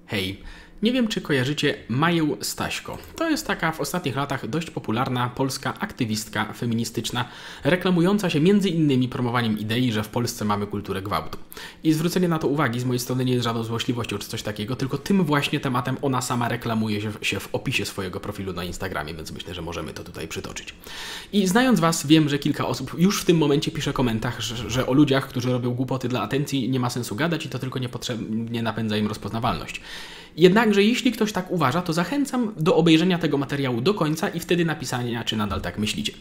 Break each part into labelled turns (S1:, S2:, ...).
S1: Hej, nie wiem czy kojarzycie Maję Staśko. To jest taka w ostatnich latach dość popularna polska aktywistka feministyczna, reklamująca się między innymi promowaniem idei, że w Polsce mamy kulturę gwałtu. I zwrócenie na to uwagi z mojej strony nie jest żadną złośliwością czy coś takiego, tylko tym właśnie tematem ona sama reklamuje się w opisie swojego profilu na Instagramie, więc myślę, że możemy to tutaj przytoczyć. I znając was, wiem, że kilka osób już w tym momencie pisze w komentarzach, że o ludziach, którzy robią głupoty dla atencji, nie ma sensu gadać i to tylko niepotrzebnie napędza im rozpoznawalność. Jednakże jeśli ktoś tak uważa, to zachęcam do obejrzenia tego materiału do końca i wtedy napisania, czy nadal tak myślicie.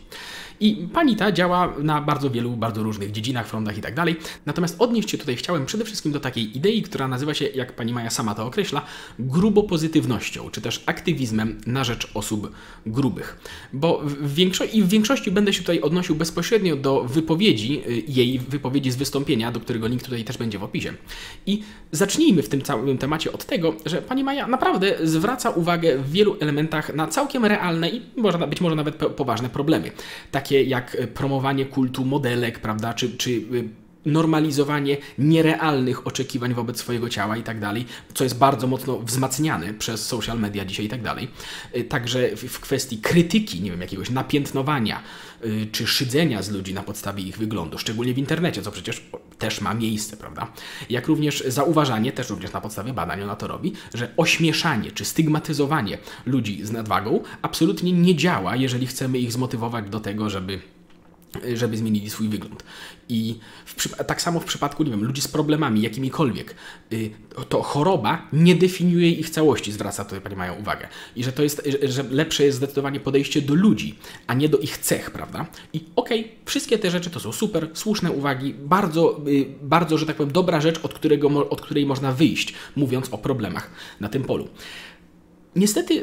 S1: I pani ta działa na bardzo wielu, bardzo różnych dziedzinach, frontach i tak dalej. Natomiast odnieść się tutaj chciałem przede wszystkim do takiej idei, która nazywa się, jak pani Maja sama to określa, grubopozytywnością, czy też aktywizmem na rzecz osób grubych. Bo w większości będę się tutaj odnosił bezpośrednio do wypowiedzi, jej wypowiedzi z wystąpienia, do którego link tutaj też będzie w opisie. I zacznijmy w tym całym temacie od tego, że pani Maja naprawdę zwraca uwagę w wielu elementach na całkiem realne i być może nawet poważne problemy. Takie jak promowanie kultu modelek, prawda, czy normalizowanie nierealnych oczekiwań wobec swojego ciała i tak dalej, co jest bardzo mocno wzmacniane przez social media dzisiaj i tak dalej. Także w kwestii krytyki, nie wiem, jakiegoś napiętnowania czy szydzenia z ludzi na podstawie ich wyglądu, szczególnie w internecie, co przecież też ma miejsce, prawda? Jak również zauważanie, też również na podstawie badań ona to robi, że ośmieszanie czy stygmatyzowanie ludzi z nadwagą absolutnie nie działa, jeżeli chcemy ich zmotywować do tego, żeby zmienili swój wygląd. I tak samo w przypadku, nie wiem, ludzi z problemami jakimikolwiek, to choroba nie definiuje ich całości, zwraca tutaj pani Maja uwagę. I że lepsze jest zdecydowanie podejście do ludzi, a nie do ich cech, prawda? I okej, wszystkie te rzeczy to są super, słuszne uwagi, bardzo, że tak powiem, dobra rzecz, od której można wyjść, mówiąc o problemach na tym polu. Niestety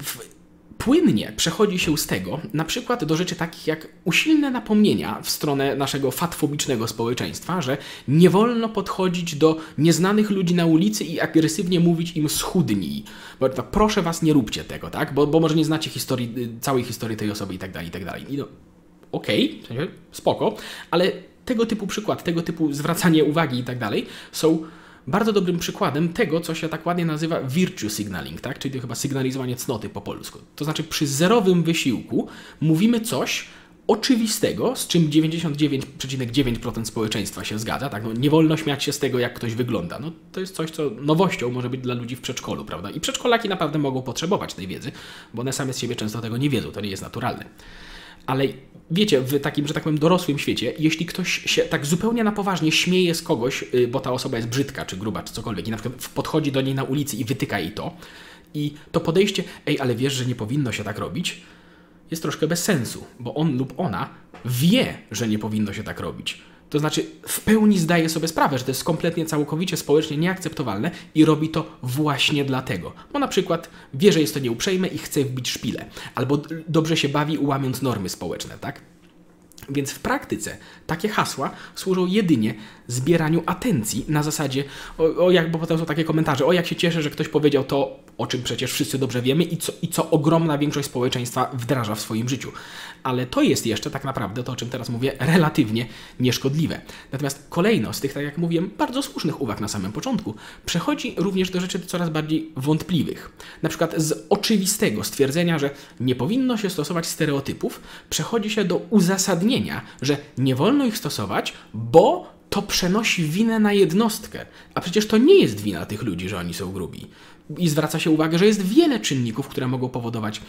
S1: płynnie przechodzi się z tego na przykład do rzeczy takich jak usilne napomnienia w stronę naszego fatfobicznego społeczeństwa, że nie wolno podchodzić do nieznanych ludzi na ulicy i agresywnie mówić im schudnij. Bo proszę was, nie róbcie tego, tak? Bo może nie znacie całej historii tej osoby i tak dalej, i tak dalej. I no, okej, spoko, ale tego typu przykład, tego typu zwracanie uwagi i tak dalej są bardzo dobrym przykładem tego, co się tak ładnie nazywa virtue signaling, tak? Czyli to chyba sygnalizowanie cnoty po polsku. To znaczy przy zerowym wysiłku mówimy coś oczywistego, z czym 99,9% społeczeństwa się zgadza, tak? No, nie wolno śmiać się z tego, jak ktoś wygląda. No, to jest coś, co nowością może być dla ludzi w przedszkolu, prawda? I przedszkolaki naprawdę mogą potrzebować tej wiedzy, bo one same z siebie często tego nie wiedzą, to nie jest naturalne. Ale wiecie, w takim, że tak powiem, dorosłym świecie, jeśli ktoś się tak zupełnie na poważnie śmieje z kogoś, bo ta osoba jest brzydka, czy gruba, czy cokolwiek, i na przykład podchodzi do niej na ulicy i wytyka jej to, i to podejście, ale wiesz, że nie powinno się tak robić, jest troszkę bez sensu, bo on lub ona wie, że nie powinno się tak robić. To znaczy w pełni zdaje sobie sprawę, że to jest kompletnie, całkowicie społecznie nieakceptowalne i robi to właśnie dlatego. Bo na przykład wie, że jest to nieuprzejme i chce wbić szpilę. Albo dobrze się bawi, łamiąc normy społeczne, tak? Więc w praktyce takie hasła służą jedynie zbieraniu atencji na zasadzie, bo potem są takie komentarze, jak się cieszę, że ktoś powiedział to, o czym przecież wszyscy dobrze wiemy i co ogromna większość społeczeństwa wdraża w swoim życiu. Ale to jest jeszcze tak naprawdę, to o czym teraz mówię, relatywnie nieszkodliwe. Natomiast kolejno z tych, tak jak mówiłem, bardzo słusznych uwag na samym początku, przechodzi również do rzeczy coraz bardziej wątpliwych. Na przykład z oczywistego stwierdzenia, że nie powinno się stosować stereotypów, przechodzi się do uzasadnienia, że nie wolno ich stosować, bo to przenosi winę na jednostkę. A przecież to nie jest wina tych ludzi, że oni są grubi. I zwraca się uwagę, że jest wiele czynników, które mogą powodować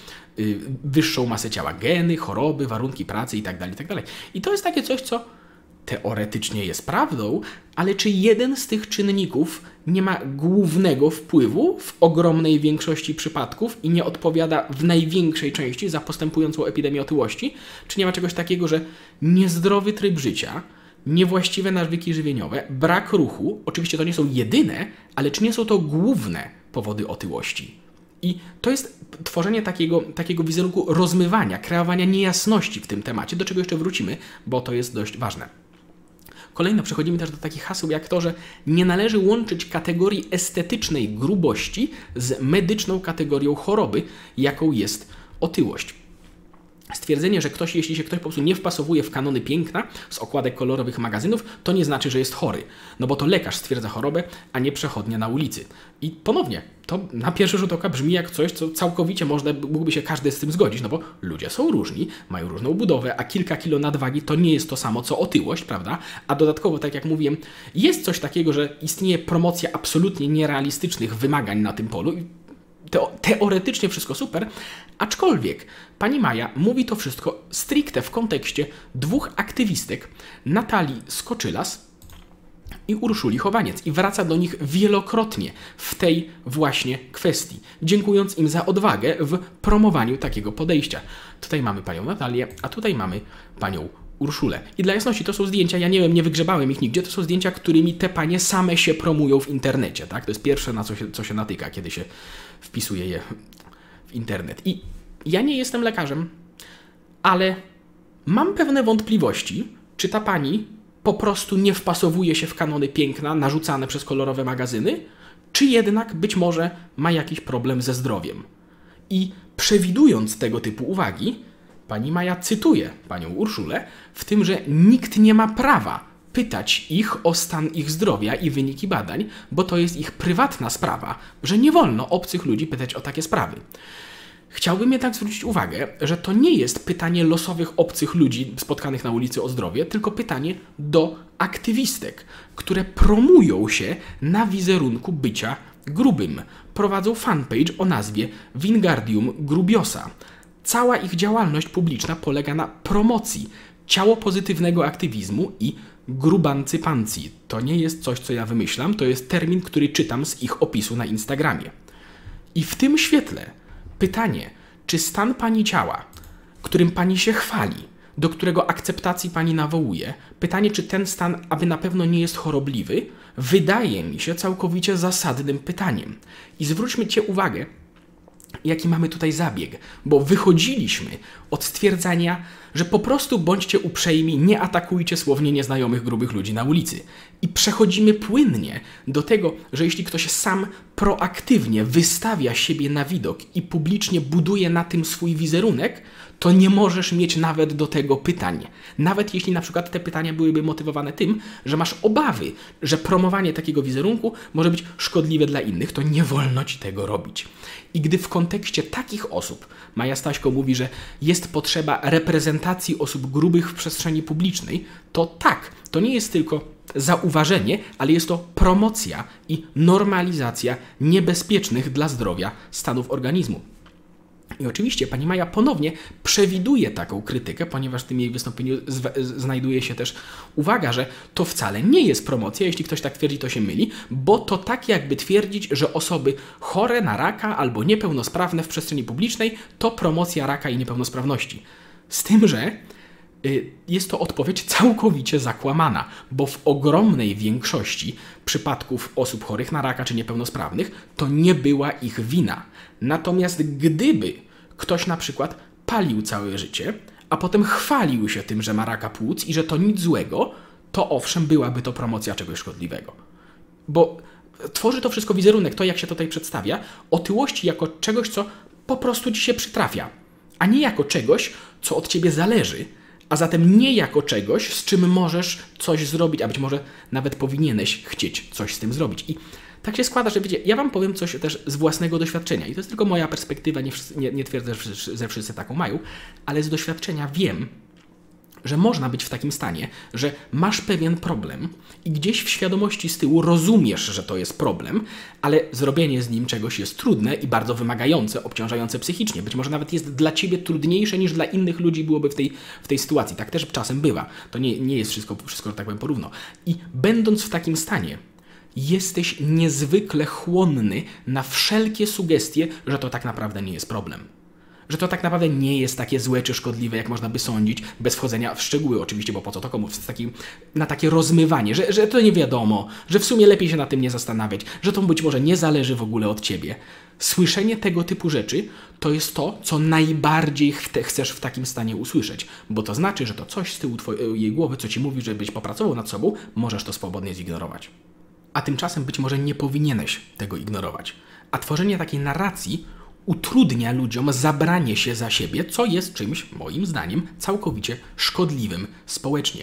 S1: wyższą masę ciała. Geny, choroby, warunki pracy itd., itd. I to jest takie coś, co teoretycznie jest prawdą, ale czy jeden z tych czynników nie ma głównego wpływu w ogromnej większości przypadków i nie odpowiada w największej części za postępującą epidemię otyłości? Czy nie ma czegoś takiego, że niezdrowy tryb życia, niewłaściwe nawyki żywieniowe, brak ruchu, oczywiście to nie są jedyne, ale czy nie są to główne powody otyłości? I to jest tworzenie takiego wizerunku rozmywania, kreowania niejasności w tym temacie, do czego jeszcze wrócimy, bo to jest dość ważne. Kolejno przechodzimy też do takich haseł jak to, że nie należy łączyć kategorii estetycznej grubości z medyczną kategorią choroby, jaką jest otyłość. Stwierdzenie, że jeśli się ktoś po prostu nie wpasowuje w kanony piękna z okładek kolorowych magazynów, to nie znaczy, że jest chory. No bo to lekarz stwierdza chorobę, a nie przechodnia na ulicy. I ponownie, To na pierwszy rzut oka brzmi jak coś, co całkowicie mógłby się każdy z tym zgodzić, no bo ludzie są różni, mają różną budowę, a kilka kilo nadwagi to nie jest to samo, co otyłość, prawda? A dodatkowo, tak jak mówiłem, jest coś takiego, że istnieje promocja absolutnie nierealistycznych wymagań na tym polu. Teoretycznie wszystko super, aczkolwiek pani Maja mówi to wszystko stricte w kontekście dwóch aktywistek, Natalii Skoczylas i Urszuli Chowaniec, i wraca do nich wielokrotnie w tej właśnie kwestii, dziękując im za odwagę w promowaniu takiego podejścia. Tutaj mamy panią Natalię, a tutaj mamy panią Urszulę. I dla jasności, to są zdjęcia, ja nie wiem, nie wygrzebałem ich nigdzie, to są zdjęcia, którymi te panie same się promują w internecie, tak? To jest pierwsze, na co się natyka, kiedy się wpisuje je w internet. I ja nie jestem lekarzem, ale mam pewne wątpliwości, czy ta pani po prostu nie wpasowuje się w kanony piękna narzucane przez kolorowe magazyny, czy jednak być może ma jakiś problem ze zdrowiem. I przewidując tego typu uwagi, pani Maja cytuje panią Urszulę w tym, że nikt nie ma prawa pytać ich o stan ich zdrowia i wyniki badań, bo to jest ich prywatna sprawa, że nie wolno obcych ludzi pytać o takie sprawy. Chciałbym jednak zwrócić uwagę, że to nie jest pytanie losowych obcych ludzi spotkanych na ulicy o zdrowie, tylko pytanie do aktywistek, które promują się na wizerunku bycia grubym. Prowadzą fanpage o nazwie Wingardium Grubiosa. Cała ich działalność publiczna polega na promocji ciało pozytywnego aktywizmu i grubancypancji. To nie jest coś, co ja wymyślam, to jest termin, który czytam z ich opisu na Instagramie. I w tym świetle pytanie, czy stan pani ciała, którym pani się chwali, do którego akceptacji pani nawołuje, pytanie, czy ten stan aby na pewno nie jest chorobliwy, wydaje mi się całkowicie zasadnym pytaniem. I zwróćcie uwagę, jaki mamy tutaj zabieg, bo wychodziliśmy od stwierdzenia, że po prostu bądźcie uprzejmi, nie atakujcie słownie nieznajomych grubych ludzi na ulicy. I przechodzimy płynnie do tego, że jeśli ktoś sam proaktywnie wystawia siebie na widok i publicznie buduje na tym swój wizerunek, to nie możesz mieć nawet do tego pytań. Nawet jeśli na przykład te pytania byłyby motywowane tym, że masz obawy, że promowanie takiego wizerunku może być szkodliwe dla innych, to nie wolno ci tego robić. I gdy w kontekście takich osób Maja Staśko mówi, że jest potrzeba reprezentacji osób grubych w przestrzeni publicznej, to tak, to nie jest tylko zauważenie, ale jest to promocja i normalizacja niebezpiecznych dla zdrowia stanów organizmu. I oczywiście pani Maja ponownie przewiduje taką krytykę, ponieważ w tym jej wystąpieniu znajduje się też uwaga, że to wcale nie jest promocja, jeśli ktoś tak twierdzi, to się myli, bo to tak jakby twierdzić, że osoby chore na raka albo niepełnosprawne w przestrzeni publicznej to promocja raka i niepełnosprawności. Z tym, że jest to odpowiedź całkowicie zakłamana, bo w ogromnej większości przypadków osób chorych na raka czy niepełnosprawnych to nie była ich wina. Natomiast gdyby ktoś na przykład palił całe życie, a potem chwalił się tym, że ma raka płuc i że to nic złego, to owszem, byłaby to promocja czegoś szkodliwego. Bo tworzy to wszystko wizerunek, to jak się tutaj przedstawia, otyłości jako czegoś, co po prostu ci się przytrafia, a nie jako czegoś, co od ciebie zależy, a zatem nie jako czegoś, z czym możesz coś zrobić, a być może nawet powinieneś chcieć coś z tym zrobić. I tak się składa, że wiecie, ja wam powiem coś też z własnego doświadczenia i to jest tylko moja perspektywa, nie twierdzę, że wszyscy taką mają, ale z doświadczenia wiem, że można być w takim stanie, że masz pewien problem i gdzieś w świadomości z tyłu rozumiesz, że to jest problem, ale zrobienie z nim czegoś jest trudne i bardzo wymagające, obciążające psychicznie. Być może nawet jest dla ciebie trudniejsze niż dla innych ludzi byłoby w tej sytuacji. Tak też czasem bywa. To nie jest wszystko, że tak powiem, porówno. I będąc w takim stanie, jesteś niezwykle chłonny na wszelkie sugestie, że to tak naprawdę nie jest problem. Że to tak naprawdę nie jest takie złe czy szkodliwe, jak można by sądzić, bez wchodzenia w szczegóły oczywiście, bo po co to komu? Na takie rozmywanie, że to nie wiadomo, że w sumie lepiej się na tym nie zastanawiać, że to być może nie zależy w ogóle od ciebie. Słyszenie tego typu rzeczy to jest to, co najbardziej chcesz w takim stanie usłyszeć, bo to znaczy, że to coś z tyłu jej głowy, co ci mówi, żebyś popracował nad sobą, możesz to swobodnie zignorować. A tymczasem być może nie powinieneś tego ignorować. A tworzenie takiej narracji utrudnia ludziom zabranie się za siebie, co jest czymś, moim zdaniem, całkowicie szkodliwym społecznie.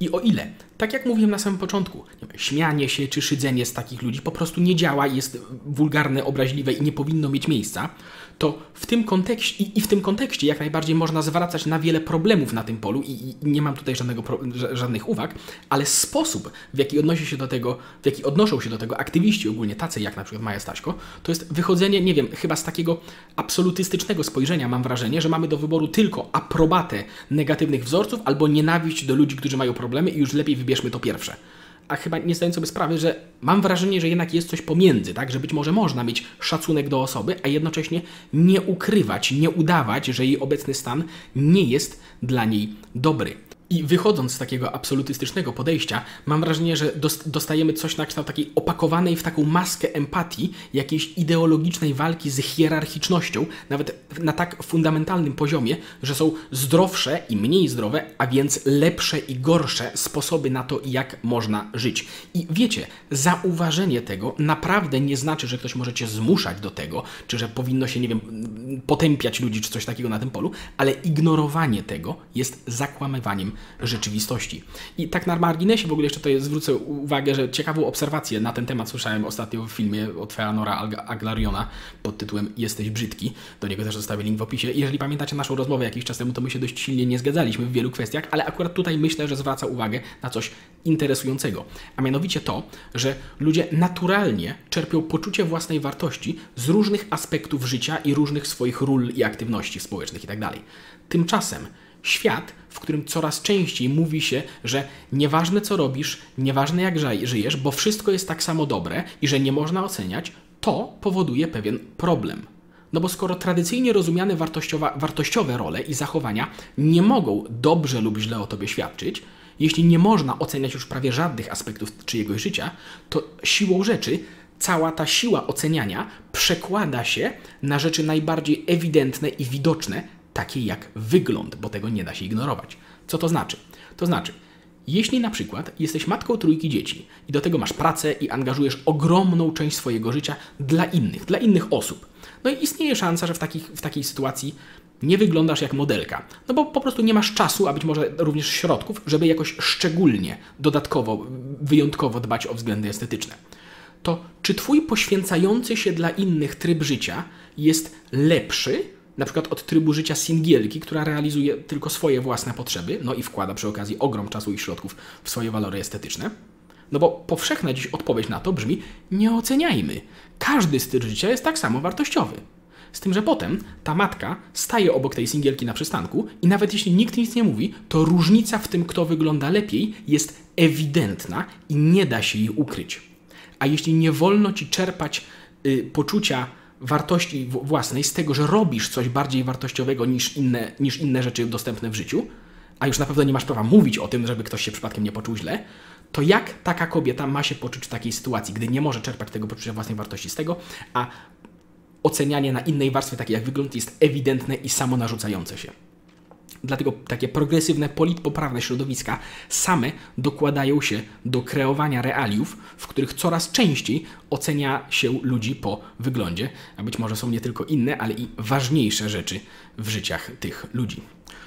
S1: I o ile, tak jak mówiłem na samym początku, śmianie się czy szydzenie z takich ludzi po prostu nie działa, jest wulgarne, obraźliwe i nie powinno mieć miejsca, to w tym kontekście w tym kontekście jak najbardziej można zwracać na wiele problemów na tym polu i nie mam tutaj żadnych uwag, ale sposób, w jaki odnoszą się do tego aktywiści ogólnie, tacy jak na przykład Maja Staśko, to jest wychodzenie, nie wiem, chyba z takiego absolutystycznego spojrzenia, mam wrażenie, że mamy do wyboru tylko aprobatę negatywnych wzorców albo nienawiść do ludzi, którzy mają problemy i już lepiej wybierzmy to pierwsze. A chyba nie zdając sobie sprawy, że mam wrażenie, że jednak jest coś pomiędzy, tak? Że być może można mieć szacunek do osoby, a jednocześnie nie ukrywać, nie udawać, że jej obecny stan nie jest dla niej dobry. I wychodząc z takiego absolutystycznego podejścia, mam wrażenie, że dostajemy coś na kształt takiej opakowanej w taką maskę empatii, jakiejś ideologicznej walki z hierarchicznością, nawet na tak fundamentalnym poziomie, że są zdrowsze i mniej zdrowe, a więc lepsze i gorsze sposoby na to, jak można żyć. I wiecie, zauważenie tego naprawdę nie znaczy, że ktoś może cię zmuszać do tego, czy że powinno się, nie wiem, potępiać ludzi, czy coś takiego na tym polu, ale ignorowanie tego jest zakłamywaniem rzeczywistości. I tak na marginesie w ogóle jeszcze tutaj zwrócę uwagę, że ciekawą obserwację na ten temat słyszałem ostatnio w filmie od Feanora Aglariona pod tytułem Jesteś brzydki. Do niego też zostawię link w opisie. Jeżeli pamiętacie naszą rozmowę jakiś czas temu, to my się dość silnie nie zgadzaliśmy w wielu kwestiach, ale akurat tutaj myślę, że zwraca uwagę na coś interesującego. A mianowicie to, że ludzie naturalnie czerpią poczucie własnej wartości z różnych aspektów życia i różnych swoich ról i aktywności społecznych itd. Tymczasem świat, w którym coraz częściej mówi się, że nieważne co robisz, nieważne jak żyjesz, bo wszystko jest tak samo dobre i że nie można oceniać, to powoduje pewien problem. No bo skoro tradycyjnie rozumiane wartościowe role i zachowania nie mogą dobrze lub źle o tobie świadczyć, jeśli nie można oceniać już prawie żadnych aspektów czyjegoś życia, to siłą rzeczy cała ta siła oceniania przekłada się na rzeczy najbardziej ewidentne i widoczne, takie jak wygląd, bo tego nie da się ignorować. Co to znaczy? To znaczy, jeśli na przykład jesteś matką 3 dzieci i do tego masz pracę i angażujesz ogromną część swojego życia dla innych osób, no i istnieje szansa, że w takiej sytuacji nie wyglądasz jak modelka, no bo po prostu nie masz czasu, a być może również środków, żeby jakoś szczególnie, dodatkowo, wyjątkowo dbać o względy estetyczne. To czy twój poświęcający się dla innych tryb życia jest lepszy, na przykład od trybu życia singielki, która realizuje tylko swoje własne potrzeby, no i wkłada przy okazji ogrom czasu i środków w swoje walory estetyczne? No bo powszechna dziś odpowiedź na to brzmi: nie oceniajmy. Każdy styl życia jest tak samo wartościowy. Z tym, że potem ta matka staje obok tej singielki na przystanku i nawet jeśli nikt nic nie mówi, to różnica w tym, kto wygląda lepiej, jest ewidentna i nie da się jej ukryć. A jeśli nie wolno ci czerpać poczucia wartości własnej z tego, że robisz coś bardziej wartościowego niż inne rzeczy dostępne w życiu, a już na pewno nie masz prawa mówić o tym, żeby ktoś się przypadkiem nie poczuł źle, to jak taka kobieta ma się poczuć w takiej sytuacji, gdy nie może czerpać tego poczucia własnej wartości z tego, a ocenianie na innej warstwie, takiej jak wygląd, jest ewidentne i samonarzucające się. Dlatego takie progresywne, politpoprawne środowiska same dokładają się do kreowania realiów, w których coraz częściej ocenia się ludzi po wyglądzie, a być może są nie tylko inne, ale i ważniejsze rzeczy w życiach tych ludzi.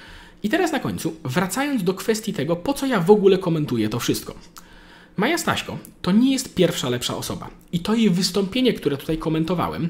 S1: I teraz na końcu, wracając do kwestii tego, po co ja w ogóle komentuję to wszystko. Maja Staśko to nie jest pierwsza lepsza osoba. I to jej wystąpienie, które tutaj komentowałem,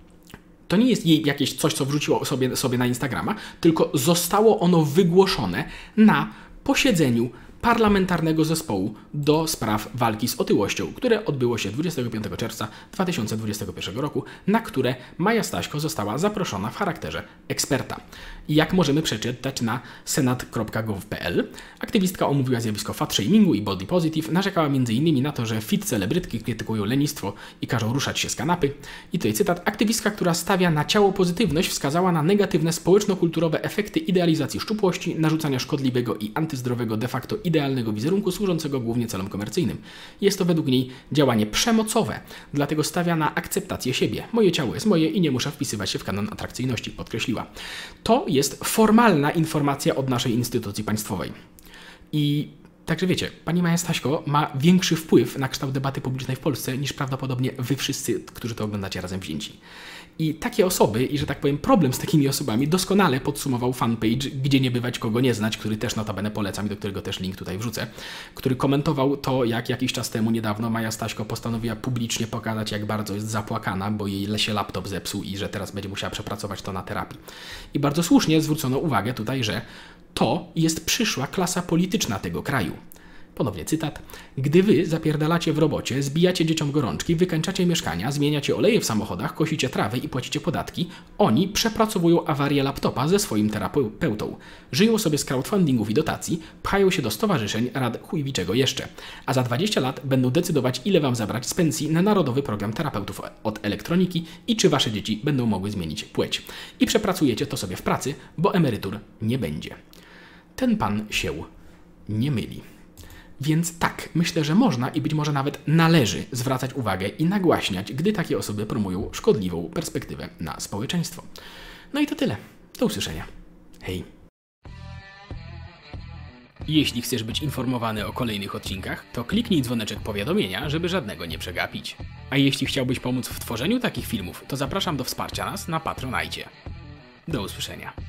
S1: to nie jest jej jakieś coś, co wrzuciło sobie na Instagrama, tylko zostało ono wygłoszone na posiedzeniu Parlamentarnego Zespołu do spraw walki z otyłością, które odbyło się 25 czerwca 2021 roku, na które Maja Staśko została zaproszona w charakterze eksperta. I jak możemy przeczytać na senat.gov.pl, aktywistka omówiła zjawisko fat-shamingu i body positive, narzekała m.in. na to, że fit celebrytki krytykują lenistwo i każą ruszać się z kanapy. I tutaj cytat: aktywistka, która stawia na ciało pozytywność, wskazała na negatywne społeczno-kulturowe efekty idealizacji szczupłości, narzucania szkodliwego i antyzdrowego de facto idealnego wizerunku służącego głównie celom komercyjnym. Jest to według niej działanie przemocowe, dlatego stawia na akceptację siebie. Moje ciało jest moje i nie muszę wpisywać się w kanon atrakcyjności, podkreśliła. To jest formalna informacja od naszej instytucji państwowej. I Także wiecie, pani Maja Staśko ma większy wpływ na kształt debaty publicznej w Polsce niż prawdopodobnie wy wszyscy, którzy to oglądacie razem wzięci. I takie osoby, i że tak powiem problem z takimi osobami doskonale podsumował fanpage Gdzie nie bywać, kogo nie znać, który też notabene polecam i do którego też link tutaj wrzucę, który komentował to, jak jakiś czas temu niedawno Maja Staśko postanowiła publicznie pokazać, jak bardzo jest zapłakana, bo jej się laptop zepsuł i że teraz będzie musiała przepracować to na terapii. I bardzo słusznie zwrócono uwagę tutaj, że to jest przyszła klasa polityczna tego kraju. Ponownie cytat. Gdy wy zapierdalacie w robocie, zbijacie dzieciom gorączki, wykańczacie mieszkania, zmieniacie oleje w samochodach, kosicie trawy i płacicie podatki, oni przepracowują awarię laptopa ze swoim terapeutą. Żyją sobie z crowdfundingów i dotacji, pchają się do stowarzyszeń, rad chujwiczego jeszcze. A za 20 lat będą decydować, ile wam zabrać z pensji na Narodowy Program Terapeutów od Elektroniki i czy wasze dzieci będą mogły zmienić płeć. I przepracujecie to sobie w pracy, bo emerytur nie będzie. Ten pan się nie myli. Więc tak, myślę, że można i być może nawet należy zwracać uwagę i nagłaśniać, gdy takie osoby promują szkodliwą perspektywę na społeczeństwo. No i to tyle. Do usłyszenia. Hej. Jeśli chcesz być informowany o kolejnych odcinkach, to kliknij dzwoneczek powiadomienia, żeby żadnego nie przegapić. A jeśli chciałbyś pomóc w tworzeniu takich filmów, to zapraszam do wsparcia nas na Patronite. Do usłyszenia.